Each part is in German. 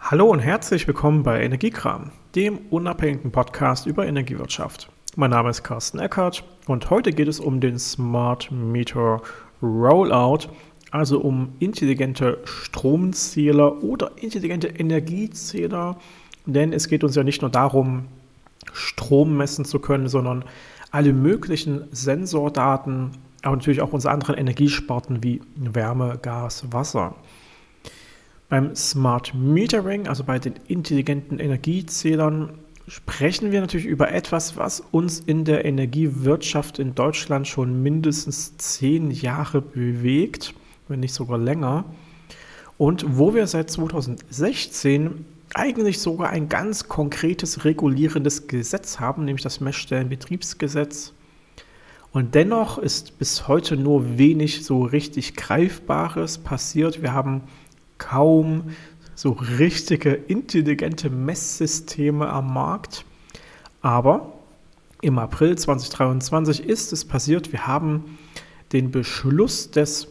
Hallo und herzlich willkommen bei Energiekram, dem unabhängigen Podcast über Energiewirtschaft. Mein Name ist Carsten Eckert und heute geht es um den Smart Meter Rollout, also um intelligente Stromzähler oder intelligente Energiezähler, denn es geht uns ja nicht nur darum, Strom messen zu können, sondern alle möglichen Sensordaten, aber natürlich auch unsere anderen Energiesparten wie Wärme, Gas, Wasser. Beim Smart Metering, also bei den intelligenten Energiezählern, sprechen wir natürlich über etwas, was uns in der Energiewirtschaft in Deutschland schon mindestens 10 Jahre bewegt, wenn nicht sogar länger. Und wo wir seit 2016 eigentlich sogar ein ganz konkretes regulierendes Gesetz haben, nämlich das Messstellenbetriebsgesetz. Und dennoch ist bis heute nur wenig so richtig Greifbares passiert. Wir haben kaum so richtige intelligente Messsysteme am Markt. Aber im April 2023 ist es passiert. Wir haben den Beschluss des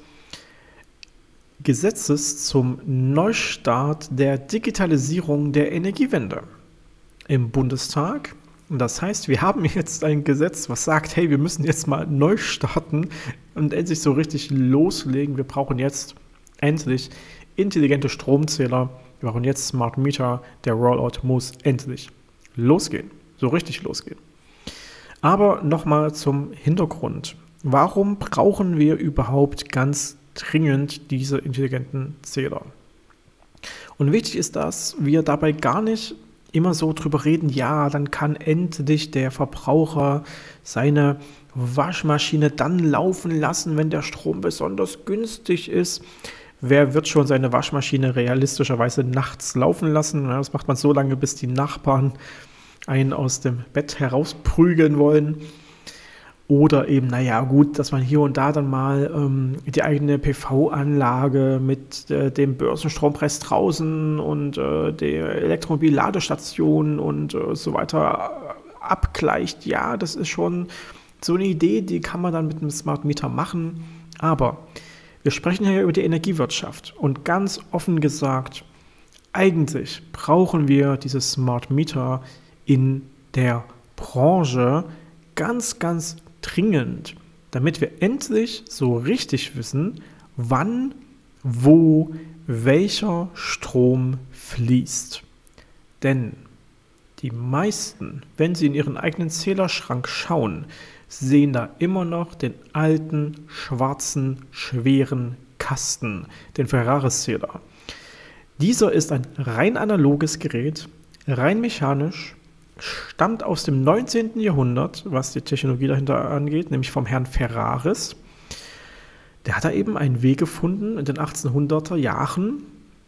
Gesetzes zum Neustart der Digitalisierung der Energiewende im Bundestag. Das heißt, wir haben jetzt ein Gesetz, was sagt, hey, wir müssen jetzt mal neu starten und endlich so richtig loslegen. Wir brauchen jetzt endlich intelligente Stromzähler. Wir brauchen jetzt Smart Meter. Der Rollout muss endlich losgehen. So richtig losgehen. Aber nochmal zum Hintergrund. Warum brauchen wir überhaupt ganz dringend diese intelligenten Zähler? Und wichtig ist, dass wir dabei gar nicht immer so drüber reden, ja, dann kann endlich der Verbraucher seine Waschmaschine dann laufen lassen, wenn der Strom besonders günstig ist. Wer wird schon seine Waschmaschine realistischerweise nachts laufen lassen? Das macht man so lange, bis die Nachbarn einen aus dem Bett herausprügeln wollen. Oder eben, naja gut, dass man hier und da dann mal die eigene PV-Anlage mit dem Börsenstrompreis draußen und der Elektromobilladestation und so weiter abgleicht. Ja, das ist schon so eine Idee, die kann man dann mit einem Smart Meter machen. Aber wir sprechen hier über die Energiewirtschaft und ganz offen gesagt, eigentlich brauchen wir diese Smart Meter in der Branche ganz, ganz dringend, damit wir endlich so richtig wissen, wann, wo, welcher Strom fließt. Denn die meisten, wenn sie in ihren eigenen Zählerschrank schauen, sehen da immer noch den alten, schwarzen, schweren Kasten, den Ferraris-Zähler. Dieser ist ein rein analoges Gerät, rein mechanisch, stammt aus dem 19. Jahrhundert, was die Technologie dahinter angeht, nämlich vom Herrn Ferraris. Der hat da eben einen Weg gefunden, in den 1800er Jahren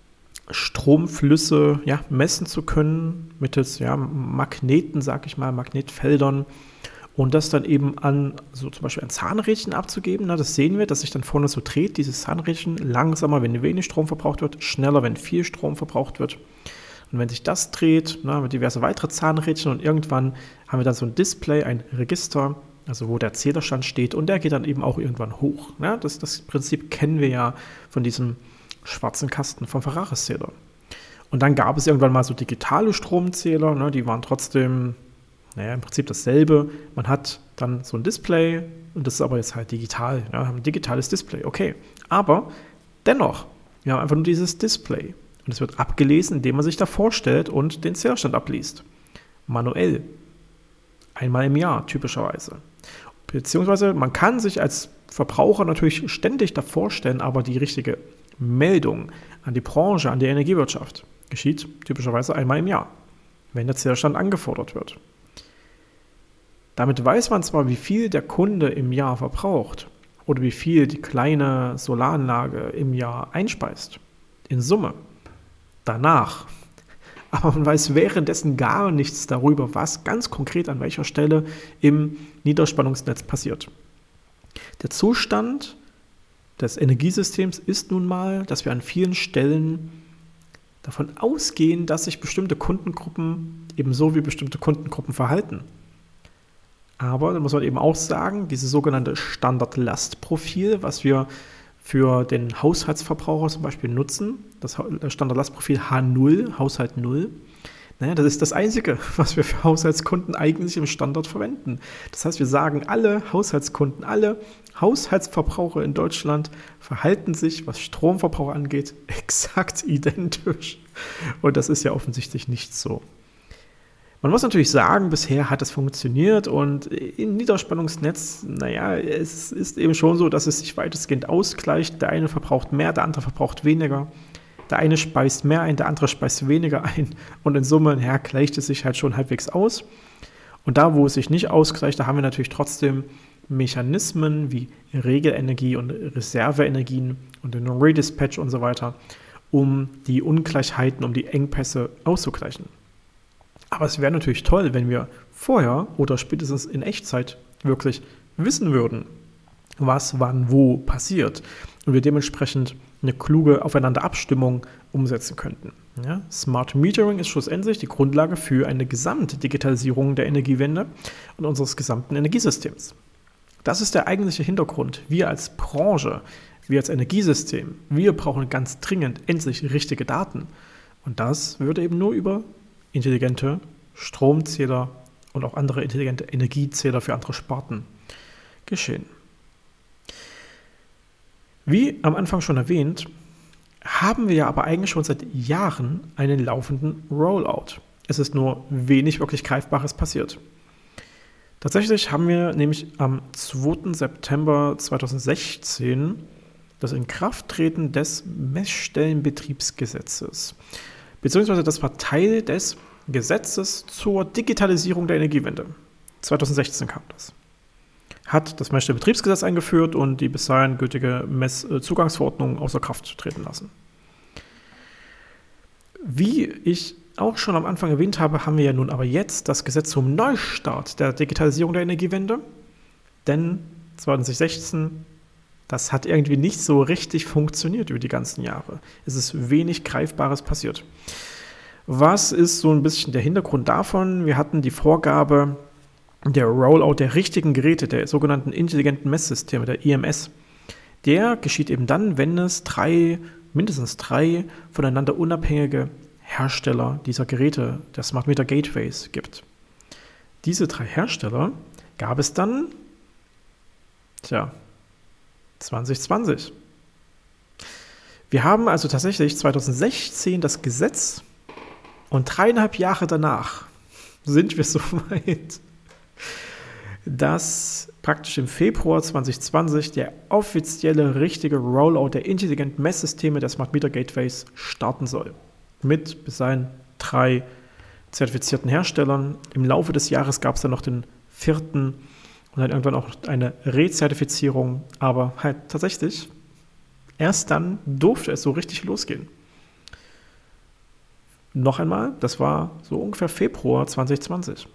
Stromflüsse messen zu können, mittels Magneten, Magnetfeldern. Und das dann an so zum Beispiel ein Zahnrädchen abzugeben. Das sehen wir, dass sich dann vorne so dreht, dieses Zahnrädchen, langsamer, wenn wenig Strom verbraucht wird, schneller, wenn viel Strom verbraucht wird. Und wenn sich das dreht, mit diverse weitere Zahnrädchen und irgendwann haben wir dann so ein Display, ein Register, also wo der Zählerstand steht und der geht dann eben auch irgendwann hoch. Das Prinzip kennen wir ja von diesem schwarzen Kasten vom Ferraris-Zähler. Und dann gab es irgendwann mal so digitale Stromzähler, die waren trotzdem im Prinzip dasselbe. Man hat dann so ein Display und das ist aber jetzt halt digital. Ein digitales Display, okay. Aber dennoch, wir haben einfach nur dieses Display. Und es wird abgelesen, indem man sich da vorstellt und den Zählerstand abliest. Manuell. Einmal im Jahr typischerweise. Beziehungsweise man kann sich als Verbraucher natürlich ständig davor stellen, aber die richtige Meldung an die Branche, an die Energiewirtschaft geschieht typischerweise einmal im Jahr, wenn der Zählerstand angefordert wird. Damit weiß man zwar, wie viel der Kunde im Jahr verbraucht oder wie viel die kleine Solaranlage im Jahr einspeist, in Summe, danach. Aber man weiß währenddessen gar nichts darüber, was ganz konkret an welcher Stelle im Niederspannungsnetz passiert. Der Zustand des Energiesystems ist nun mal, dass wir an vielen Stellen davon ausgehen, dass sich bestimmte Kundengruppen ebenso wie bestimmte Kundengruppen verhalten. Aber da muss man eben auch sagen, dieses sogenannte Standardlastprofil, was wir für den Haushaltsverbraucher zum Beispiel nutzen, das Standardlastprofil H0, Haushalt 0. Naja, das ist das Einzige, was wir für Haushaltskunden eigentlich im Standard verwenden. Das heißt, wir sagen, alle Haushaltskunden, alle Haushaltsverbraucher in Deutschland verhalten sich, was Stromverbrauch angeht, exakt identisch. Und das ist ja offensichtlich nicht so. Man muss natürlich sagen, bisher hat es funktioniert und im Niederspannungsnetz, naja, es ist eben schon so, dass es sich weitestgehend ausgleicht. Der eine verbraucht mehr, der andere verbraucht weniger. Der eine speist mehr ein, der andere speist weniger ein und in Summe gleicht es sich halt schon halbwegs aus. Und da, wo es sich nicht ausgleicht, da haben wir natürlich trotzdem Mechanismen wie Regelenergie und Reserveenergien und den Redispatch und so weiter, um die Ungleichheiten, um die Engpässe auszugleichen. Aber es wäre natürlich toll, wenn wir vorher oder spätestens in Echtzeit wirklich wissen würden, was wann wo passiert und wir dementsprechend eine kluge Aufeinanderabstimmung umsetzen könnten. Ja, Smart Metering ist schlussendlich die Grundlage für eine Gesamtdigitalisierung der Energiewende und unseres gesamten Energiesystems. Das ist der eigentliche Hintergrund. Wir als Branche, wir als Energiesystem, wir brauchen ganz dringend endlich richtige Daten. Und das würde eben nur über intelligente Stromzähler und auch andere intelligente Energiezähler für andere Sparten geschehen. Wie am Anfang schon erwähnt, haben wir ja aber eigentlich schon seit Jahren einen laufenden Rollout. Es ist nur wenig wirklich Greifbares passiert. Tatsächlich haben wir nämlich am 2. September 2016 das Inkrafttreten des Messstellenbetriebsgesetzes, beziehungsweise das war Teil des Gesetzes zur Digitalisierung der Energiewende. 2016 kam das. Hat das Messstellenbetriebsgesetz eingeführt und die bis dahin gültige Messzugangsverordnung außer Kraft treten lassen. Wie ich auch schon am Anfang erwähnt habe, haben wir ja nun aber jetzt das Gesetz zum Neustart der Digitalisierung der Energiewende, denn 2016, das hat irgendwie nicht so richtig funktioniert über die ganzen Jahre. Es ist wenig Greifbares passiert. Was ist so ein bisschen der Hintergrund davon? Wir hatten die Vorgabe, der Rollout der richtigen Geräte, der sogenannten intelligenten Messsysteme, der IMS, der geschieht eben dann, wenn es mindestens drei voneinander unabhängige Hersteller dieser Geräte, der Smart Meter Gateways, gibt. Diese 3 Hersteller gab es dann, 2020. Wir haben also tatsächlich 2016 das Gesetz und 3,5 Jahre danach sind wir so weit, dass praktisch im Februar 2020 der offizielle, richtige Rollout der intelligenten Messsysteme der Smart Meter Gateways starten soll. Mit bis dahin 3 zertifizierten Herstellern. Im Laufe des Jahres gab es dann noch den 4. und dann irgendwann auch eine Rezertifizierung. Aber halt tatsächlich, erst dann durfte es so richtig losgehen. Noch einmal, das war so ungefähr Februar 2020.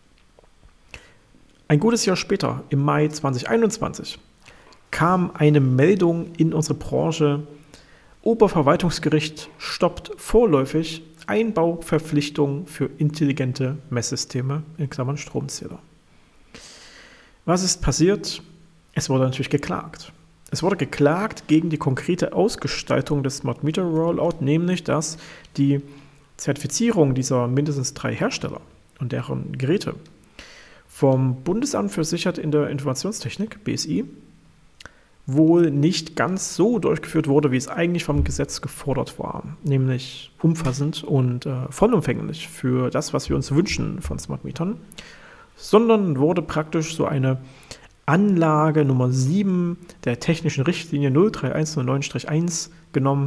Ein gutes Jahr später, im Mai 2021, kam eine Meldung in unsere Branche: Oberverwaltungsgericht stoppt vorläufig Einbauverpflichtung für intelligente Messsysteme, in Klammern Stromzähler. Was ist passiert? Es wurde natürlich geklagt. Es wurde geklagt gegen die konkrete Ausgestaltung des Smart Meter Rollout, nämlich dass die Zertifizierung dieser mindestens 3 Hersteller und deren Geräte vom Bundesamt für Sicherheit in der Informationstechnik, BSI, wohl nicht ganz so durchgeführt wurde, wie es eigentlich vom Gesetz gefordert war, nämlich umfassend und vollumfänglich für das, was wir uns wünschen von Smart Metern, sondern wurde praktisch so eine Anlage Nummer 7 der technischen Richtlinie 03109-1 genommen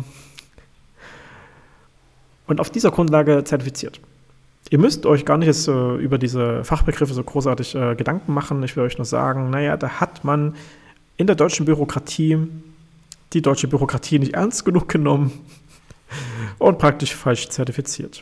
und auf dieser Grundlage zertifiziert. Ihr müsst euch gar nicht jetzt über diese Fachbegriffe so großartig Gedanken machen. Ich will euch nur sagen, da hat man in der deutschen Bürokratie die deutsche Bürokratie nicht ernst genug genommen und praktisch falsch zertifiziert.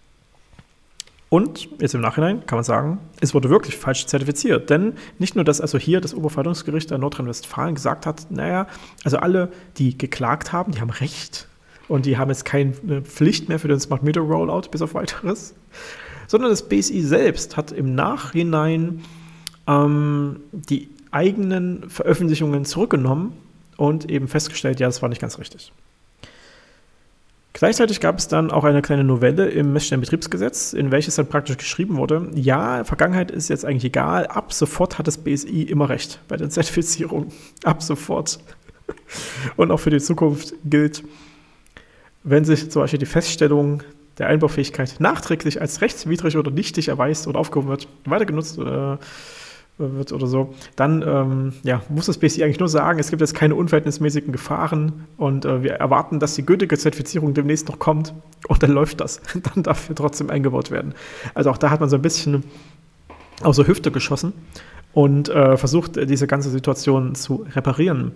Und jetzt im Nachhinein kann man sagen, es wurde wirklich falsch zertifiziert. Denn nicht nur, dass also hier das Oberverwaltungsgericht in Nordrhein-Westfalen gesagt hat, also alle, die geklagt haben, die haben Recht. Und die haben jetzt keine Pflicht mehr für den Smart Meter Rollout, bis auf weiteres. Sondern das BSI selbst hat im Nachhinein die eigenen Veröffentlichungen zurückgenommen und eben festgestellt, ja, das war nicht ganz richtig. Gleichzeitig gab es dann auch eine kleine Novelle im Messstellenbetriebsgesetz, in welches dann praktisch geschrieben wurde, ja, Vergangenheit ist jetzt eigentlich egal, ab sofort hat das BSI immer recht bei der Zertifizierung. Ab sofort. Und auch für die Zukunft gilt, wenn sich zum Beispiel die Feststellung der Einbaufähigkeit nachträglich als rechtswidrig oder nichtig erweist oder aufgehoben wird, weiter genutzt wird oder so, dann muss das BSI eigentlich nur sagen, es gibt jetzt keine unverhältnismäßigen Gefahren und wir erwarten, dass die gültige Zertifizierung demnächst noch kommt und dann läuft das. Dann darf er trotzdem eingebaut werden. Also auch da hat man so ein bisschen aus der Hüfte geschossen und versucht, diese ganze Situation zu reparieren.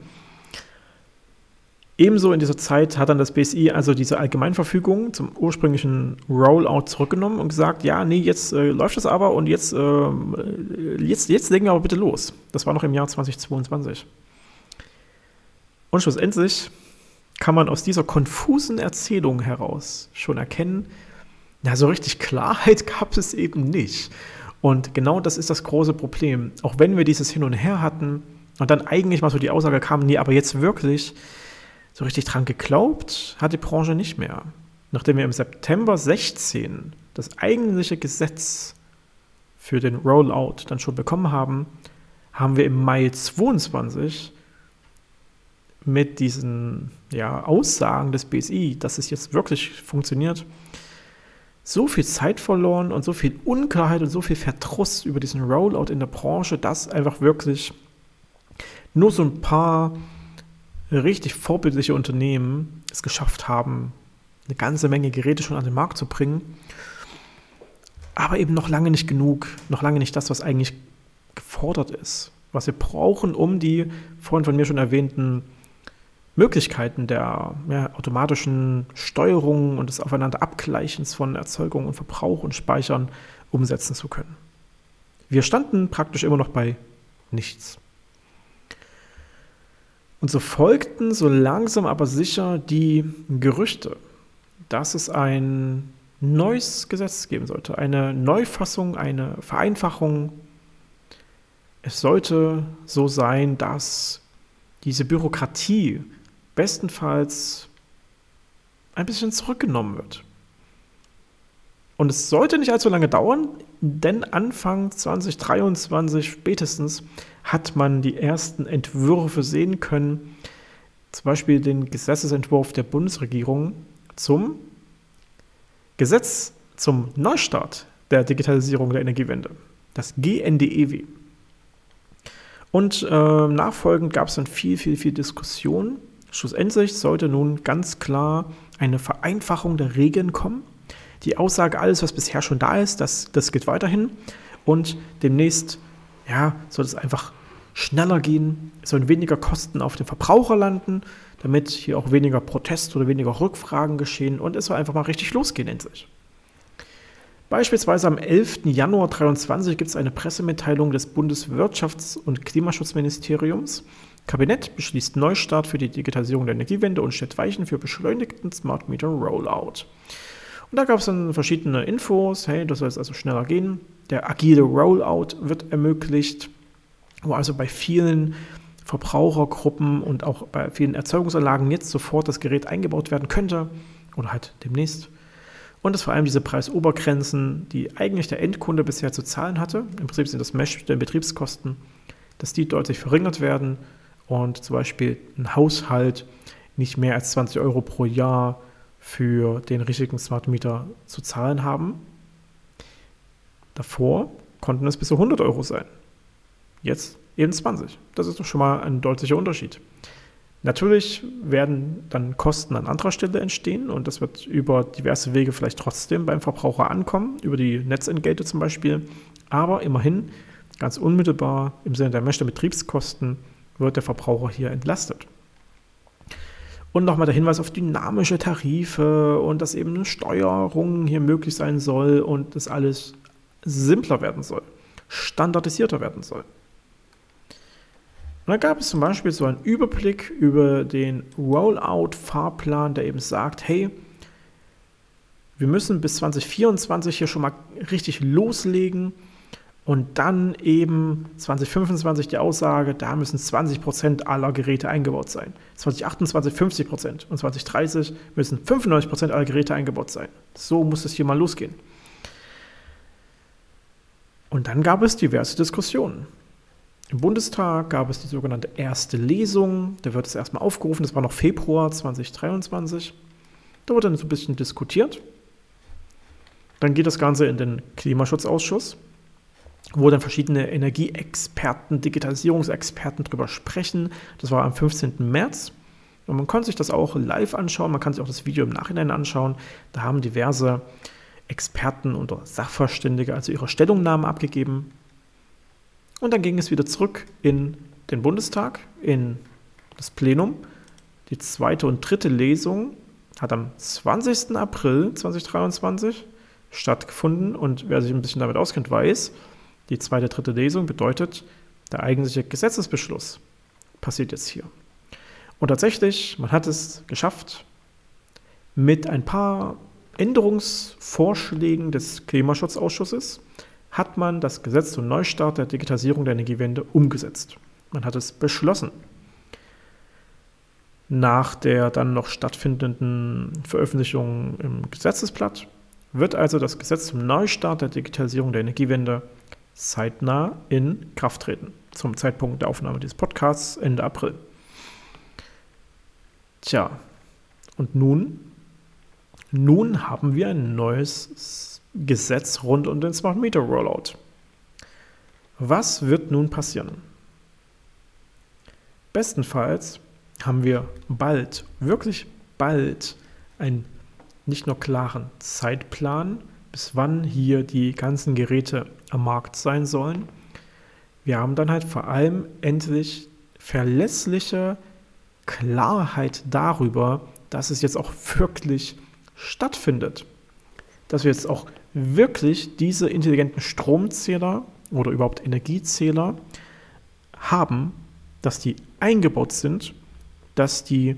Ebenso in dieser Zeit hat dann das BSI also diese Allgemeinverfügung zum ursprünglichen Rollout zurückgenommen und gesagt, ja, nee, jetzt läuft das aber und jetzt legen wir aber bitte los. Das war noch im Jahr 2022. Und schlussendlich kann man aus dieser konfusen Erzählung heraus schon erkennen, na, so richtig Klarheit gab es eben nicht. Und genau das ist das große Problem. Auch wenn wir dieses Hin und Her hatten und dann eigentlich mal so die Aussage kam, nee, aber jetzt wirklich so richtig dran geglaubt hat die Branche nicht mehr. Nachdem wir im September 16 das eigentliche Gesetz für den Rollout dann schon bekommen haben, haben wir im Mai 22 mit diesen Aussagen des BSI, dass es jetzt wirklich funktioniert, so viel Zeit verloren und so viel Unklarheit und so viel Verdruss über diesen Rollout in der Branche, dass einfach wirklich nur so ein paar richtig vorbildliche Unternehmen es geschafft haben, eine ganze Menge Geräte schon an den Markt zu bringen, aber eben noch lange nicht genug, noch lange nicht das, was eigentlich gefordert ist, was wir brauchen, um die vorhin von mir schon erwähnten Möglichkeiten der automatischen Steuerung und des Aufeinanderabgleichens von Erzeugung und Verbrauch und Speichern umsetzen zu können. Wir standen praktisch immer noch bei nichts. Und so folgten so langsam aber sicher die Gerüchte, dass es ein neues Gesetz geben sollte, eine Neufassung, eine Vereinfachung. Es sollte so sein, dass diese Bürokratie bestenfalls ein bisschen zurückgenommen wird. Und es sollte nicht allzu lange dauern, denn Anfang 2023 spätestens hat man die ersten Entwürfe sehen können, zum Beispiel den Gesetzesentwurf der Bundesregierung zum Gesetz zum Neustart der Digitalisierung der Energiewende, das GNDEW. Und nachfolgend gab es dann viel Diskussion. Schlussendlich sollte nun ganz klar eine Vereinfachung der Regeln kommen. Die Aussage, alles, was bisher schon da ist, das geht weiterhin. Und demnächst soll es einfach schneller gehen. Es sollen weniger Kosten auf den Verbraucher landen, damit hier auch weniger Protest oder weniger Rückfragen geschehen. Und es soll einfach mal richtig losgehen endlich. Beispielsweise am 11. Januar 2023 gibt es eine Pressemitteilung des Bundeswirtschafts- und Klimaschutzministeriums. Kabinett beschließt Neustart für die Digitalisierung der Energiewende und stellt Weichen für beschleunigten Smart Meter Rollout. Und da gab es dann verschiedene Infos, hey, das soll jetzt also schneller gehen. Der agile Rollout wird ermöglicht, wo also bei vielen Verbrauchergruppen und auch bei vielen Erzeugungsanlagen jetzt sofort das Gerät eingebaut werden könnte oder halt demnächst. Und dass vor allem diese Preisobergrenzen, die eigentlich der Endkunde bisher zu zahlen hatte, im Prinzip sind das Betriebskosten, dass die deutlich verringert werden und zum Beispiel ein Haushalt nicht mehr als 20 Euro pro Jahr für den richtigen Smart Meter zu zahlen haben. Davor konnten es bis zu 100 Euro sein. Jetzt eben 20. Das ist doch schon mal ein deutlicher Unterschied. Natürlich werden dann Kosten an anderer Stelle entstehen und das wird über diverse Wege vielleicht trotzdem beim Verbraucher ankommen, über die Netzentgelte zum Beispiel. Aber immerhin, ganz unmittelbar im Sinne der Betriebskosten, wird der Verbraucher hier entlastet. Und nochmal der Hinweis auf dynamische Tarife und dass eben eine Steuerung hier möglich sein soll und das alles simpler werden soll, standardisierter werden soll. Und dann gab es zum Beispiel so einen Überblick über den Rollout-Fahrplan, der eben sagt, hey, wir müssen bis 2024 hier schon mal richtig loslegen Und dann eben 2025 die Aussage, da müssen 20% aller Geräte eingebaut sein. 2028 50% und 2030 müssen 95% aller Geräte eingebaut sein. So muss es hier mal losgehen. Und dann gab es diverse Diskussionen. Im Bundestag gab es die sogenannte erste Lesung. Da wird es erstmal aufgerufen, das war noch Februar 2023. Da wurde dann so ein bisschen diskutiert. Dann geht das Ganze in den Klimaschutzausschuss, wo dann verschiedene Energieexperten, Digitalisierungsexperten drüber sprechen. Das war am 15. März. Und man konnte sich das auch live anschauen, man kann sich auch das Video im Nachhinein anschauen. Da haben diverse Experten oder Sachverständige also ihre Stellungnahmen abgegeben. Und dann ging es wieder zurück in den Bundestag, in das Plenum. Die zweite und dritte Lesung hat am 20. April 2023 stattgefunden. Und wer sich ein bisschen damit auskennt, weiß, die zweite, dritte Lesung bedeutet, der eigentliche Gesetzesbeschluss passiert jetzt hier. Und tatsächlich, man hat es geschafft, mit ein paar Änderungsvorschlägen des Klimaschutzausschusses hat man das Gesetz zum Neustart der Digitalisierung der Energiewende umgesetzt. Man hat es beschlossen. Nach der dann noch stattfindenden Veröffentlichung im Gesetzesblatt wird also das Gesetz zum Neustart der Digitalisierung der Energiewende zeitnah in Kraft treten. Zum Zeitpunkt der Aufnahme dieses Podcasts Ende April. Tja, und nun haben wir ein neues Gesetz rund um den Smart Meter Rollout. Was wird nun passieren? Bestenfalls haben wir bald, wirklich bald, einen nicht nur klaren Zeitplan, bis wann hier die ganzen Geräte am Markt sein sollen. Wir haben dann halt vor allem endlich verlässliche Klarheit darüber, dass es jetzt auch wirklich stattfindet. Dass wir jetzt auch wirklich diese intelligenten Stromzähler oder überhaupt Energiezähler haben, dass die eingebaut sind, dass die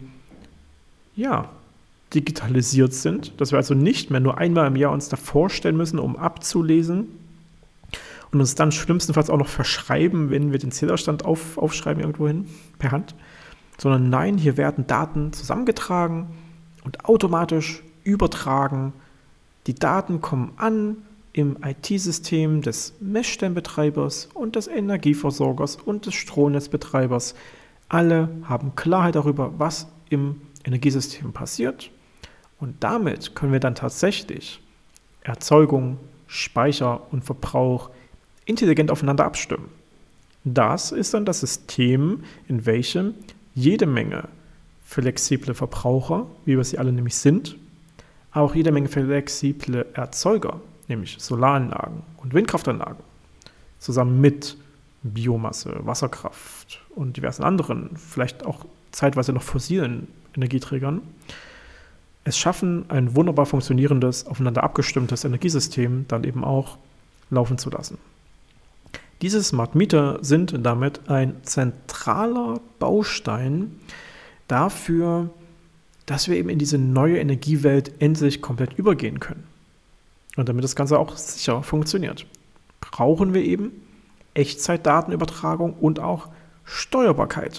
digitalisiert sind, dass wir also nicht mehr nur einmal im Jahr uns da vorstellen müssen, um abzulesen und uns dann schlimmstenfalls auch noch verschreiben, wenn wir den Zählerstand aufschreiben irgendwo hin, per Hand, sondern nein, hier werden Daten zusammengetragen und automatisch übertragen. Die Daten kommen an im IT-System des Messstellenbetreibers und des Energieversorgers und des Stromnetzbetreibers. Alle haben Klarheit darüber, was im Energiesystem passiert. Und damit können wir dann tatsächlich Erzeugung, Speicher und Verbrauch intelligent aufeinander abstimmen. Das ist dann das System, in welchem jede Menge flexible Verbraucher, wie wir sie alle nämlich sind, aber auch jede Menge flexible Erzeuger, nämlich Solaranlagen und Windkraftanlagen, zusammen mit Biomasse, Wasserkraft und diversen anderen, vielleicht auch zeitweise noch fossilen Energieträgern, es schaffen, ein wunderbar funktionierendes, aufeinander abgestimmtes Energiesystem dann eben auch laufen zu lassen. Diese Smart Meter sind damit ein zentraler Baustein dafür, dass wir eben in diese neue Energiewelt endlich komplett übergehen können. Und damit das Ganze auch sicher funktioniert, brauchen wir eben Echtzeitdatenübertragung und auch Steuerbarkeit.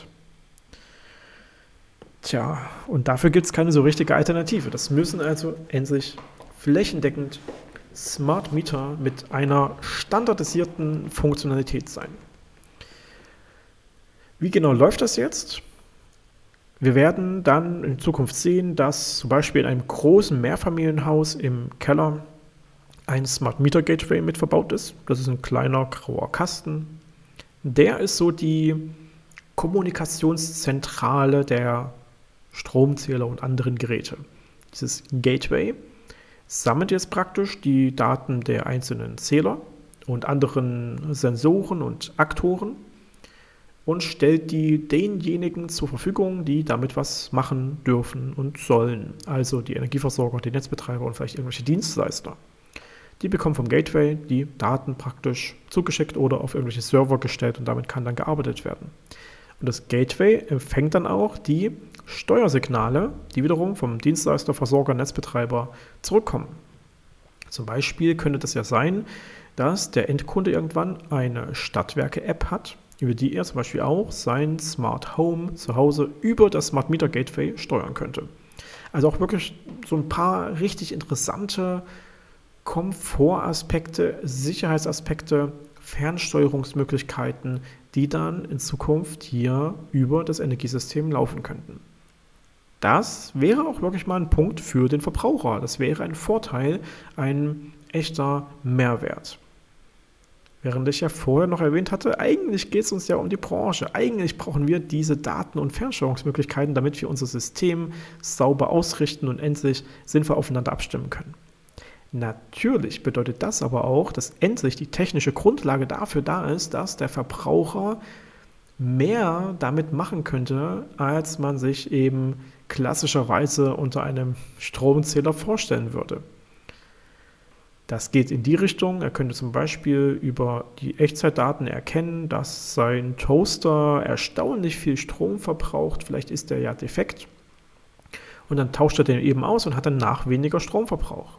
Tja, und dafür gibt es keine so richtige Alternative. Das müssen also endlich flächendeckend Smart Meter mit einer standardisierten Funktionalität sein. Wie genau läuft das jetzt? Wir werden dann in Zukunft sehen, dass zum Beispiel in einem großen Mehrfamilienhaus im Keller ein Smart Meter Gateway mit verbaut ist. Das ist ein kleiner grauer Kasten. Der ist so die Kommunikationszentrale der Stromzähler und anderen Geräte. Dieses Gateway sammelt jetzt praktisch die Daten der einzelnen Zähler und anderen Sensoren und Aktoren und stellt die denjenigen zur Verfügung, die damit was machen dürfen und sollen. Also die Energieversorger, die Netzbetreiber und vielleicht irgendwelche Dienstleister. Die bekommen vom Gateway die Daten praktisch zugeschickt oder auf irgendwelche Server gestellt und damit kann dann gearbeitet werden. Und das Gateway empfängt dann auch die Steuersignale, die wiederum vom Dienstleister, Versorger, Netzbetreiber zurückkommen. Zum Beispiel könnte das ja sein, dass der Endkunde irgendwann eine Stadtwerke-App hat, über die er zum Beispiel auch sein Smart Home zu Hause über das Smart Meter Gateway steuern könnte. Also auch wirklich so ein paar richtig interessante Komfortaspekte, Sicherheitsaspekte, Fernsteuerungsmöglichkeiten, die dann in Zukunft hier über das Energiesystem laufen könnten. Das wäre auch wirklich mal ein Punkt für den Verbraucher. Das wäre ein Vorteil, ein echter Mehrwert. Während ich ja vorher noch erwähnt hatte, eigentlich geht es uns ja um die Branche. Eigentlich brauchen wir diese Daten- und Fernsteuerungsmöglichkeiten, damit wir unser System sauber ausrichten und endlich sinnvoll aufeinander abstimmen können. Natürlich bedeutet das aber auch, dass endlich die technische Grundlage dafür da ist, dass der Verbraucher mehr damit machen könnte, als man sich eben klassischerweise unter einem Stromzähler vorstellen würde. Das geht in die Richtung, er könnte zum Beispiel über die Echtzeitdaten erkennen, dass sein Toaster erstaunlich viel Strom verbraucht, vielleicht ist der ja defekt, und dann tauscht er den eben aus und hat danach weniger Stromverbrauch.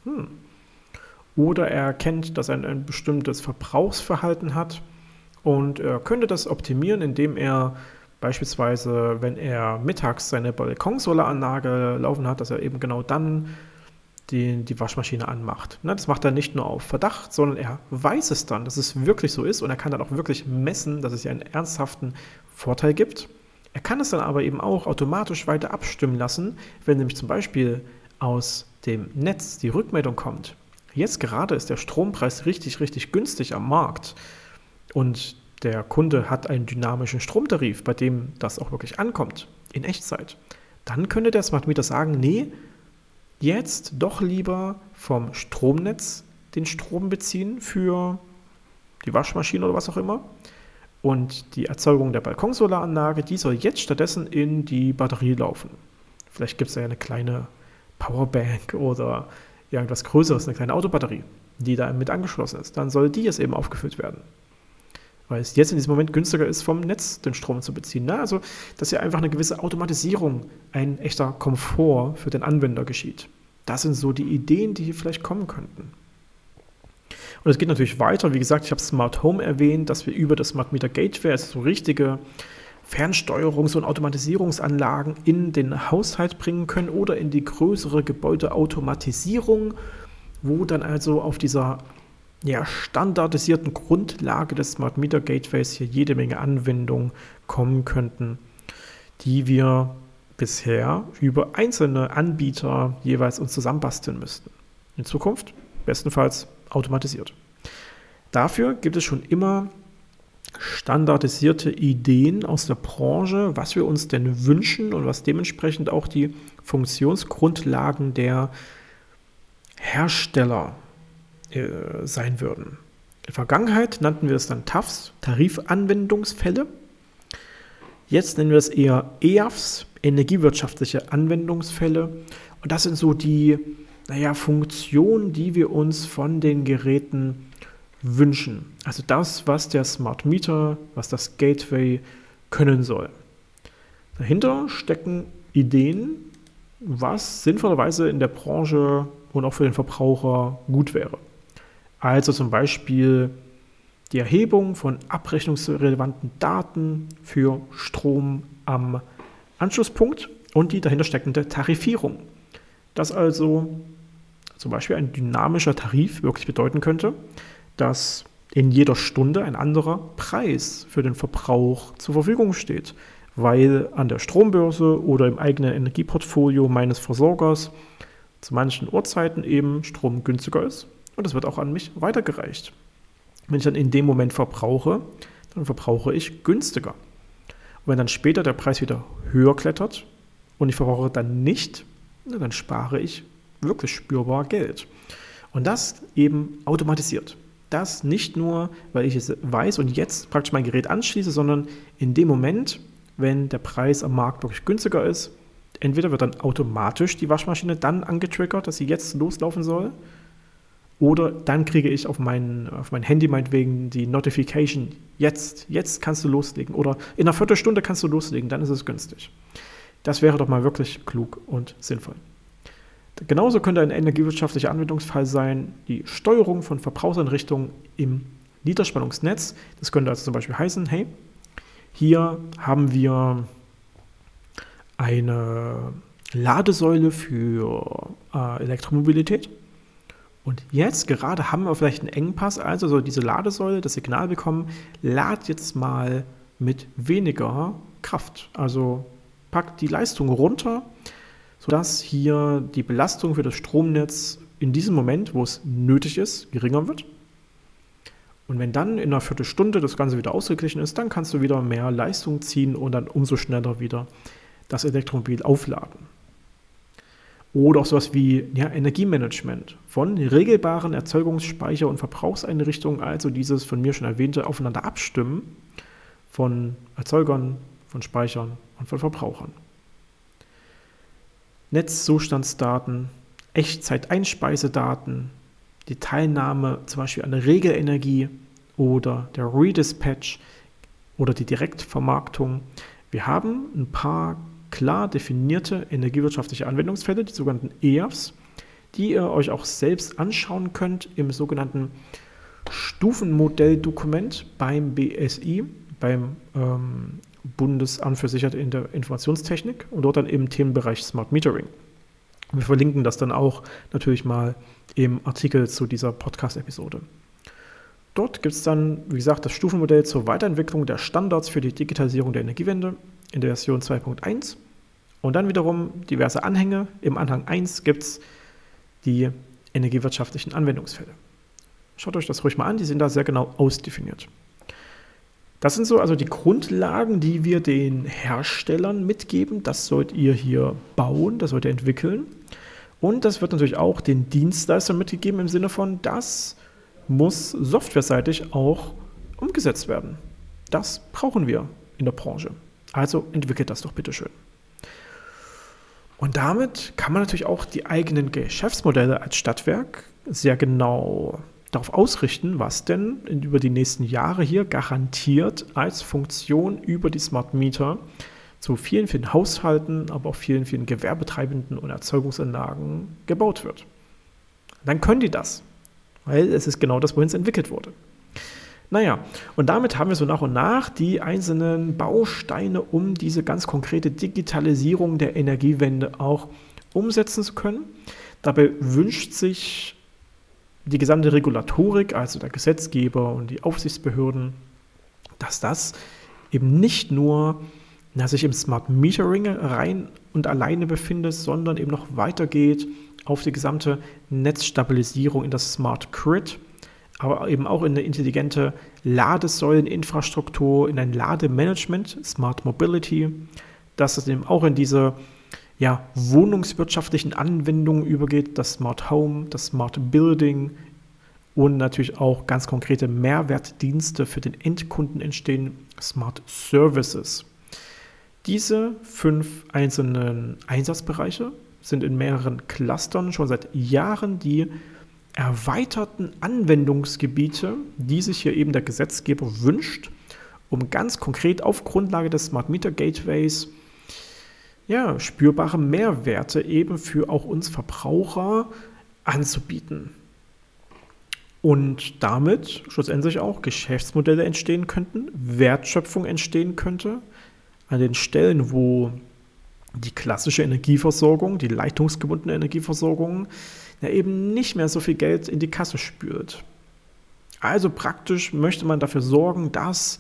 Oder er erkennt, dass er ein bestimmtes Verbrauchsverhalten hat und er könnte das optimieren, indem er beispielsweise, wenn er mittags seine Balkonsolaranlage laufen hat, dass er eben genau dann die Waschmaschine anmacht. Das macht er nicht nur auf Verdacht, sondern er weiß es dann, dass es wirklich so ist und er kann dann auch wirklich messen, dass es ja einen ernsthaften Vorteil gibt. Er kann es dann aber eben auch automatisch weiter abstimmen lassen, wenn nämlich zum Beispiel aus dem Netz die Rückmeldung kommt. Jetzt gerade ist der Strompreis richtig, richtig günstig am Markt und der Kunde hat einen dynamischen Stromtarif, bei dem das auch wirklich ankommt, in Echtzeit. Dann könnte der Smart Meter sagen, nee, jetzt doch lieber vom Stromnetz den Strom beziehen für die Waschmaschine oder was auch immer. Und die Erzeugung der Balkonsolaranlage, die soll jetzt stattdessen in die Batterie laufen. Vielleicht gibt es ja eine kleine Powerbank oder irgendwas Größeres, eine kleine Autobatterie, die da mit angeschlossen ist. Dann soll die jetzt eben aufgefüllt werden. Weil es jetzt in diesem Moment günstiger ist, vom Netz den Strom zu beziehen. Also, dass ja einfach eine gewisse Automatisierung, ein echter Komfort für den Anwender geschieht. Das sind so die Ideen, die hier vielleicht kommen könnten. Und es geht natürlich weiter. Wie gesagt, ich habe Smart Home erwähnt, dass wir über das Smart Meter Gateway, also so richtige Fernsteuerungs- und Automatisierungsanlagen in den Haushalt bringen können oder in die größere Gebäudeautomatisierung, wo dann also auf dieser standardisierten Grundlage des Smart Meter Gateways hier jede Menge Anwendungen kommen könnten, die wir bisher über einzelne Anbieter jeweils uns zusammenbasteln müssten. In Zukunft bestenfalls automatisiert. Dafür gibt es schon immer standardisierte Ideen aus der Branche, was wir uns denn wünschen und was dementsprechend auch die Funktionsgrundlagen der Hersteller sein würden. In der Vergangenheit nannten wir es dann TAFs, Tarifanwendungsfälle. Jetzt nennen wir es eher EAFs, energiewirtschaftliche Anwendungsfälle. Und das sind so die Funktionen, die wir uns von den Geräten wünschen. Also das, was der Smart Meter, was das Gateway können soll. Dahinter stecken Ideen, was sinnvollerweise in der Branche und auch für den Verbraucher gut wäre. Also zum Beispiel die Erhebung von abrechnungsrelevanten Daten für Strom am Anschlusspunkt und die dahinter steckende Tarifierung. Das also zum Beispiel ein dynamischer Tarif wirklich bedeuten könnte, dass in jeder Stunde ein anderer Preis für den Verbrauch zur Verfügung steht, weil an der Strombörse oder im eigenen Energieportfolio meines Versorgers zu manchen Uhrzeiten eben Strom günstiger ist. Und das wird auch an mich weitergereicht. Wenn ich dann in dem Moment verbrauche, dann verbrauche ich günstiger. Und wenn dann später der Preis wieder höher klettert und ich verbrauche dann nicht, dann spare ich wirklich spürbar Geld. Und das eben automatisiert. Das nicht nur, weil ich es weiß und jetzt praktisch mein Gerät anschließe, sondern in dem Moment, wenn der Preis am Markt wirklich günstiger ist, entweder wird dann automatisch die Waschmaschine dann angetriggert, dass sie jetzt loslaufen soll, oder dann kriege ich auf mein Handy meinetwegen die Notification, jetzt kannst du loslegen. Oder in einer Viertelstunde kannst du loslegen, dann ist es günstig. Das wäre doch mal wirklich klug und sinnvoll. Genauso könnte ein energiewirtschaftlicher Anwendungsfall sein, die Steuerung von Verbrauchseinrichtungen im Niederspannungsnetz. Das könnte also zum Beispiel heißen, hey, hier haben wir eine Ladesäule für Elektromobilität und jetzt gerade haben wir vielleicht einen Engpass, also so diese Ladesäule, das Signal bekommen, lad jetzt mal mit weniger Kraft, also packt die Leistung runter, sodass hier die Belastung für das Stromnetz in diesem Moment, wo es nötig ist, geringer wird. Und wenn dann in einer Viertelstunde das Ganze wieder ausgeglichen ist, dann kannst du wieder mehr Leistung ziehen und dann umso schneller wieder das Elektromobil aufladen. Oder auch sowas wie Energiemanagement von regelbaren Erzeugungsspeicher- und Verbrauchseinrichtungen, also dieses von mir schon erwähnte Aufeinander abstimmen von Erzeugern, von Speichern und von Verbrauchern. Netzzustandsdaten, Echtzeit-Einspeisedaten, die Teilnahme zum Beispiel an der Regelenergie oder der Redispatch oder die Direktvermarktung. Wir haben ein paar klar definierte energiewirtschaftliche Anwendungsfälle, die sogenannten EAFs, die ihr euch auch selbst anschauen könnt im sogenannten Stufenmodelldokument beim BSI, beim Bundesamt für Sicherheit in der Informationstechnik und dort dann im Themenbereich Smart Metering. Wir verlinken das dann auch natürlich mal im Artikel zu dieser Podcast-Episode. Dort gibt es dann, wie gesagt, das Stufenmodell zur Weiterentwicklung der Standards für die Digitalisierung der Energiewende in der Version 2.1 und dann wiederum diverse Anhänge. Im Anhang 1 gibt es die energiewirtschaftlichen Anwendungsfälle. Schaut euch das ruhig mal an, die sind da sehr genau ausdefiniert. Das sind so also die Grundlagen, die wir den Herstellern mitgeben. Das sollt ihr hier bauen, das sollt ihr entwickeln. Und das wird natürlich auch den Dienstleistern mitgegeben im Sinne von, das muss softwareseitig auch umgesetzt werden. Das brauchen wir in der Branche. Also entwickelt das doch bitte schön. Und damit kann man natürlich auch die eigenen Geschäftsmodelle als Stadtwerk sehr genau darauf ausrichten, was denn über die nächsten Jahre hier garantiert als Funktion über die Smart Meter zu vielen, vielen Haushalten, aber auch vielen, vielen Gewerbetreibenden und Erzeugungsanlagen gebaut wird. Dann können die das, weil es ist genau das, wohin es entwickelt wurde. Naja, und damit haben wir so nach und nach die einzelnen Bausteine, um diese ganz konkrete Digitalisierung der Energiewende auch umsetzen zu können. Dabei wünscht sich die gesamte Regulatorik, also der Gesetzgeber und die Aufsichtsbehörden, dass das eben nicht nur sich im Smart Metering rein und alleine befindet, sondern eben noch weitergeht auf die gesamte Netzstabilisierung in das Smart Grid, aber eben auch in eine intelligente Ladesäuleninfrastruktur, in ein Lademanagement, Smart Mobility, dass es eben auch in diese wohnungswirtschaftlichen Anwendungen übergeht, das Smart Home, das Smart Building und natürlich auch ganz konkrete Mehrwertdienste für den Endkunden entstehen, Smart Services. Diese 5 einzelnen Einsatzbereiche sind in mehreren Clustern schon seit Jahren die erweiterten Anwendungsgebiete, die sich hier eben der Gesetzgeber wünscht, um ganz konkret auf Grundlage des Smart Meter Gateways spürbare Mehrwerte eben für auch uns Verbraucher anzubieten. Und damit schlussendlich auch Geschäftsmodelle entstehen könnten, Wertschöpfung entstehen könnte, an den Stellen, wo die klassische Energieversorgung, die leitungsgebundene Energieversorgung, eben nicht mehr so viel Geld in die Kasse spült. Also praktisch möchte man dafür sorgen, dass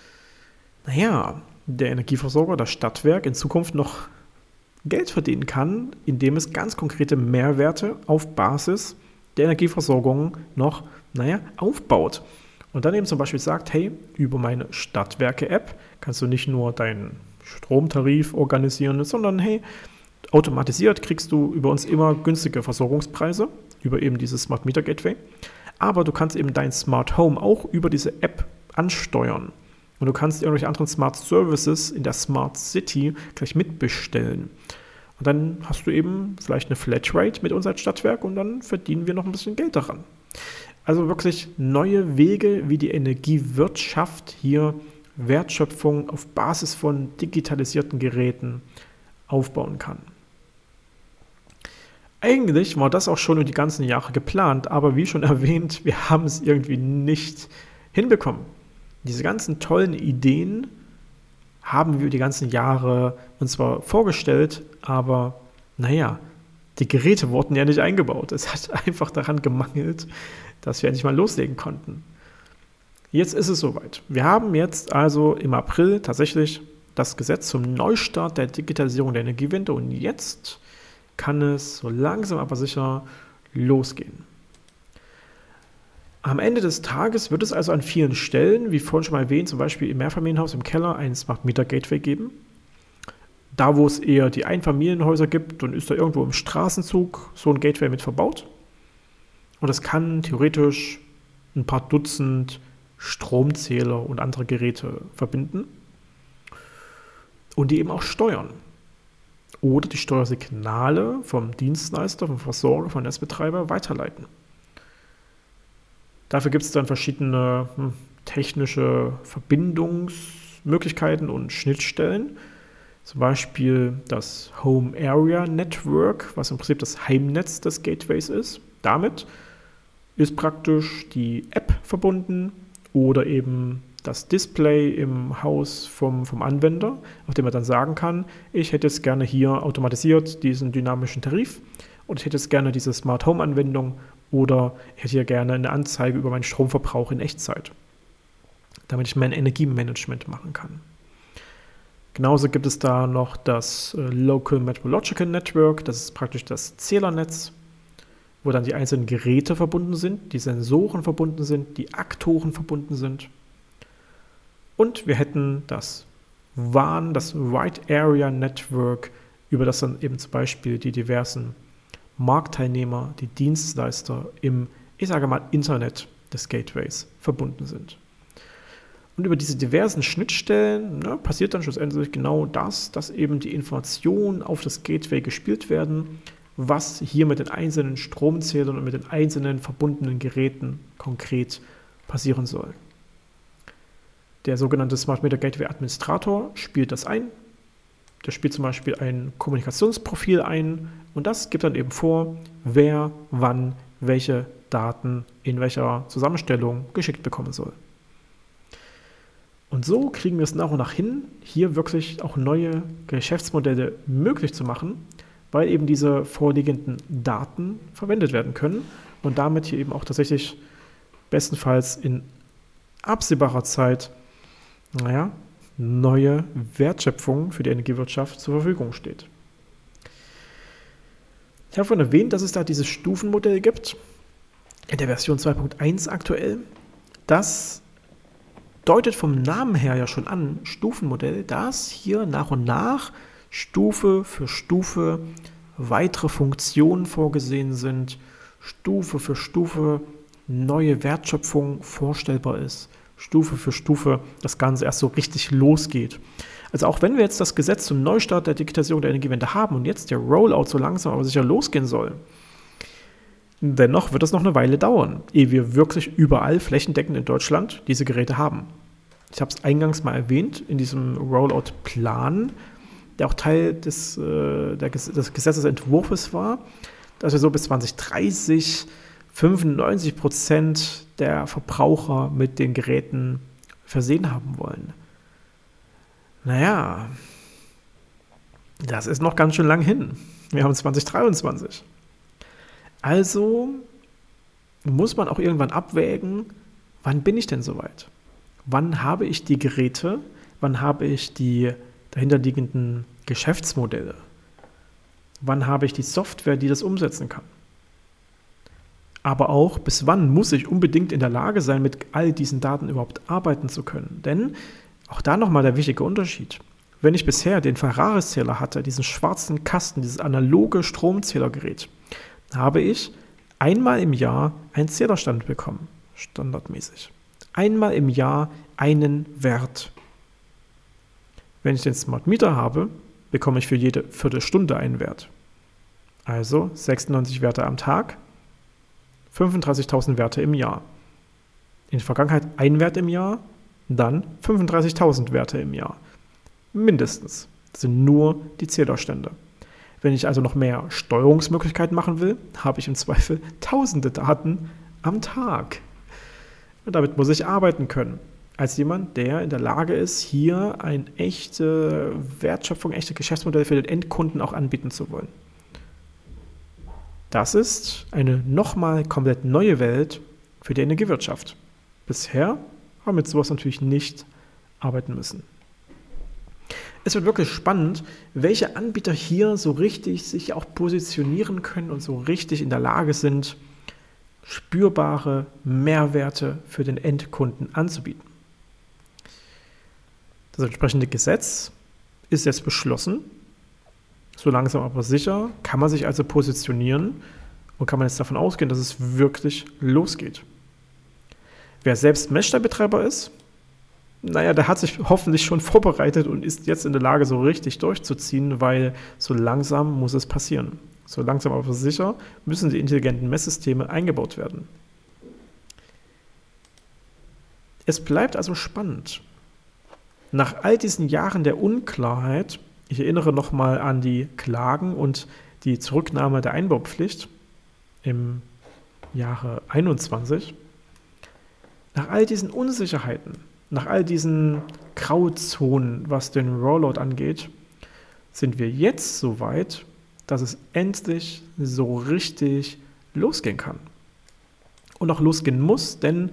der Energieversorger, das Stadtwerk in Zukunft noch Geld verdienen kann, indem es ganz konkrete Mehrwerte auf Basis der Energieversorgung noch aufbaut. Und dann eben zum Beispiel sagt, hey, über meine Stadtwerke-App kannst du nicht nur deinen Stromtarif organisieren, sondern hey, automatisiert kriegst du über uns immer günstige Versorgungspreise, über eben dieses Smart Meter Gateway. Aber du kannst eben dein Smart Home auch über diese App ansteuern. Und du kannst irgendwelche anderen Smart Services in der Smart City gleich mitbestellen. Und dann hast du eben vielleicht eine Flatrate mit uns als Stadtwerk und dann verdienen wir noch ein bisschen Geld daran. Also wirklich neue Wege, wie die Energiewirtschaft hier Wertschöpfung auf Basis von digitalisierten Geräten aufbauen kann. Eigentlich war das auch schon über die ganzen Jahre geplant, aber wie schon erwähnt, wir haben es irgendwie nicht hinbekommen. Diese ganzen tollen Ideen haben wir die ganzen Jahre uns zwar vorgestellt, aber naja, die Geräte wurden ja nicht eingebaut. Es hat einfach daran gemangelt, dass wir endlich mal loslegen konnten. Jetzt ist es soweit. Wir haben jetzt also im April tatsächlich das Gesetz zum Neustart der Digitalisierung der Energiewende und jetzt kann es so langsam aber sicher losgehen. Am Ende des Tages wird es also an vielen Stellen, wie vorhin schon mal erwähnt, zum Beispiel im Mehrfamilienhaus im Keller ein Smart Meter Gateway geben. Da, wo es eher die Einfamilienhäuser gibt, dann ist da irgendwo im Straßenzug so ein Gateway mit verbaut. Und das kann theoretisch ein paar Dutzend Stromzähler und andere Geräte verbinden und die eben auch steuern. Oder die Steuersignale vom Dienstleister, vom Versorger, vom Netzbetreiber weiterleiten. Dafür gibt es dann verschiedene technische Verbindungsmöglichkeiten und Schnittstellen. Zum Beispiel das Home Area Network, was im Prinzip das Heimnetz des Gateways ist. Damit ist praktisch die App verbunden oder eben das Display im Haus vom Anwender, auf dem er dann sagen kann, ich hätte jetzt gerne hier automatisiert diesen dynamischen Tarif und ich hätte jetzt gerne diese Smart Home Anwendung oder ich hätte hier gerne eine Anzeige über meinen Stromverbrauch in Echtzeit, damit ich mein Energiemanagement machen kann. Genauso gibt es da noch das Local Metrological Network, das ist praktisch das Zählernetz, wo dann die einzelnen Geräte verbunden sind, die Sensoren verbunden sind, die Aktoren verbunden sind. Und wir hätten das WAN, das Wide Area Network, über das dann eben zum Beispiel die diversen Marktteilnehmer, die Dienstleister im, ich sage mal, Internet des Gateways verbunden sind. Und über diese diversen Schnittstellen passiert dann schlussendlich genau das, dass eben die Informationen auf das Gateway gespielt werden, was hier mit den einzelnen Stromzählern und mit den einzelnen verbundenen Geräten konkret passieren soll. Der sogenannte Smart Meter Gateway Administrator spielt das ein. Der spielt zum Beispiel ein Kommunikationsprofil ein und das gibt dann eben vor, wer wann welche Daten in welcher Zusammenstellung geschickt bekommen soll. Und so kriegen wir es nach und nach hin, hier wirklich auch neue Geschäftsmodelle möglich zu machen, weil eben diese vorliegenden Daten verwendet werden können und damit hier eben auch tatsächlich bestenfalls in absehbarer Zeit neue Wertschöpfung für die Energiewirtschaft zur Verfügung steht. Ich habe vorhin erwähnt, dass es da dieses Stufenmodell gibt, in der Version 2.1 aktuell. Das deutet vom Namen her ja schon an, Stufenmodell, dass hier nach und nach Stufe für Stufe weitere Funktionen vorgesehen sind, Stufe für Stufe neue Wertschöpfung vorstellbar ist, Stufe für Stufe das Ganze erst so richtig losgeht. Also auch wenn wir jetzt das Gesetz zum Neustart der Digitalisierung der Energiewende haben und jetzt der Rollout so langsam aber sicher losgehen soll, dennoch wird es noch eine Weile dauern, ehe wir wirklich überall flächendeckend in Deutschland diese Geräte haben. Ich habe es eingangs mal erwähnt, in diesem Rollout-Plan, der auch Teil des Gesetzesentwurfs war, dass wir so bis 2030 95% der Verbraucher mit den Geräten versehen haben wollen. Naja, das ist noch ganz schön lang hin. Wir haben 2023. Also muss man auch irgendwann abwägen, wann bin ich denn soweit? Wann habe ich die Geräte? Wann habe ich die dahinterliegenden Geschäftsmodelle? Wann habe ich die Software, die das umsetzen kann? Aber auch, bis wann muss ich unbedingt in der Lage sein, mit all diesen Daten überhaupt arbeiten zu können? Denn auch da nochmal der wichtige Unterschied. Wenn ich bisher den Ferraris-Zähler hatte, diesen schwarzen Kasten, dieses analoge Stromzählergerät, habe ich einmal im Jahr einen Zählerstand bekommen, standardmäßig. Einmal im Jahr einen Wert. Wenn ich den Smart Meter habe, bekomme ich für jede Viertelstunde einen Wert. Also 96 Werte am Tag, 35.000 Werte im Jahr. In der Vergangenheit ein Wert im Jahr, dann 35.000 Werte im Jahr. Mindestens. Das sind nur die Zählerstände. Wenn ich also noch mehr Steuerungsmöglichkeiten machen will, habe ich im Zweifel tausende Daten am Tag. Und damit muss ich arbeiten können. Als jemand, der in der Lage ist, hier eine echte Wertschöpfung, echte Geschäftsmodelle für den Endkunden auch anbieten zu wollen. Das ist eine nochmal komplett neue Welt für die Energiewirtschaft. Bisher haben wir mit sowas natürlich nicht arbeiten müssen. Es wird wirklich spannend, welche Anbieter hier so richtig sich auch positionieren können und so richtig in der Lage sind, spürbare Mehrwerte für den Endkunden anzubieten. Das entsprechende Gesetz ist jetzt beschlossen. So langsam aber sicher kann man sich also positionieren und kann man jetzt davon ausgehen, dass es wirklich losgeht. Wer selbst Messstellbetreiber ist, der hat sich hoffentlich schon vorbereitet und ist jetzt in der Lage, so richtig durchzuziehen, weil so langsam muss es passieren. So langsam aber sicher müssen die intelligenten Messsysteme eingebaut werden. Es bleibt also spannend. Nach all diesen Jahren der Unklarheit, ich erinnere nochmal an die Klagen und die Zurücknahme der Einbaupflicht im Jahre 2021, nach all diesen Unsicherheiten, nach all diesen Grauzonen, was den Rollout angeht, sind wir jetzt so weit, dass es endlich so richtig losgehen kann. Und auch losgehen muss, denn,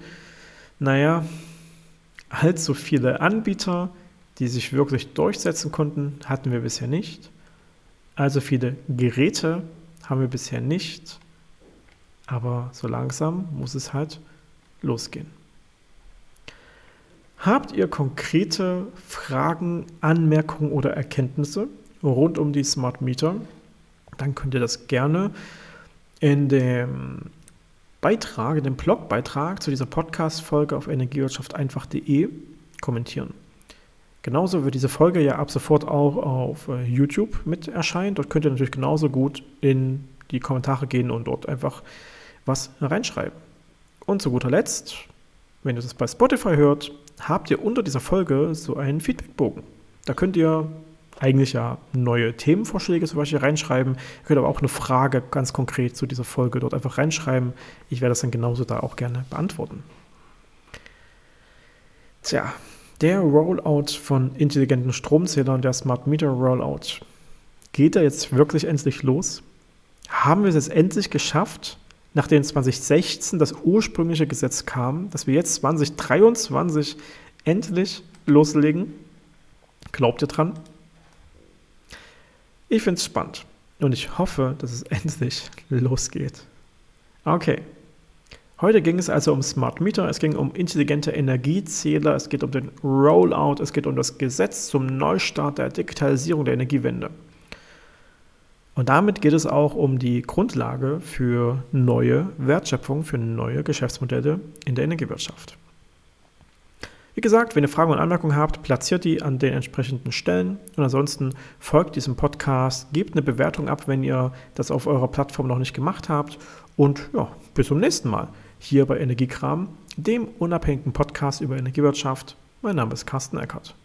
allzu viele Anbieter, die sich wirklich durchsetzen konnten, hatten wir bisher nicht. Also viele Geräte haben wir bisher nicht. Aber so langsam muss es halt losgehen. Habt ihr konkrete Fragen, Anmerkungen oder Erkenntnisse rund um die Smart Meter? Dann könnt ihr das gerne in dem Blogbeitrag zu dieser Podcast-Folge auf energiewirtschafteinfach.de kommentieren. Genauso wird diese Folge ja ab sofort auch auf YouTube mit erscheinen. Dort könnt ihr natürlich genauso gut in die Kommentare gehen und dort einfach was reinschreiben. Und zu guter Letzt, wenn ihr das bei Spotify hört, habt ihr unter dieser Folge so einen Feedbackbogen. Da könnt ihr eigentlich ja neue Themenvorschläge zum Beispiel reinschreiben. Ihr könnt aber auch eine Frage ganz konkret zu dieser Folge dort einfach reinschreiben. Ich werde das dann genauso da auch gerne beantworten. Tja, der Rollout von intelligenten Stromzählern, der Smart Meter Rollout, geht da jetzt wirklich endlich los? Haben wir es jetzt endlich geschafft, nachdem 2016 das ursprüngliche Gesetz kam, dass wir jetzt 2023 endlich loslegen? Glaubt ihr dran? Ich finde es spannend und ich hoffe, dass es endlich losgeht. Okay, heute ging es also um Smart Meter, es ging um intelligente Energiezähler, es geht um den Rollout, es geht um das Gesetz zum Neustart der Digitalisierung der Energiewende. Und damit geht es auch um die Grundlage für neue Wertschöpfung, für neue Geschäftsmodelle in der Energiewirtschaft. Wie gesagt, wenn ihr Fragen und Anmerkungen habt, platziert die an den entsprechenden Stellen. Und ansonsten folgt diesem Podcast, gebt eine Bewertung ab, wenn ihr das auf eurer Plattform noch nicht gemacht habt. Und ja, bis zum nächsten Mal hier bei Energiekram, dem unabhängigen Podcast über Energiewirtschaft. Mein Name ist Carsten Eckert.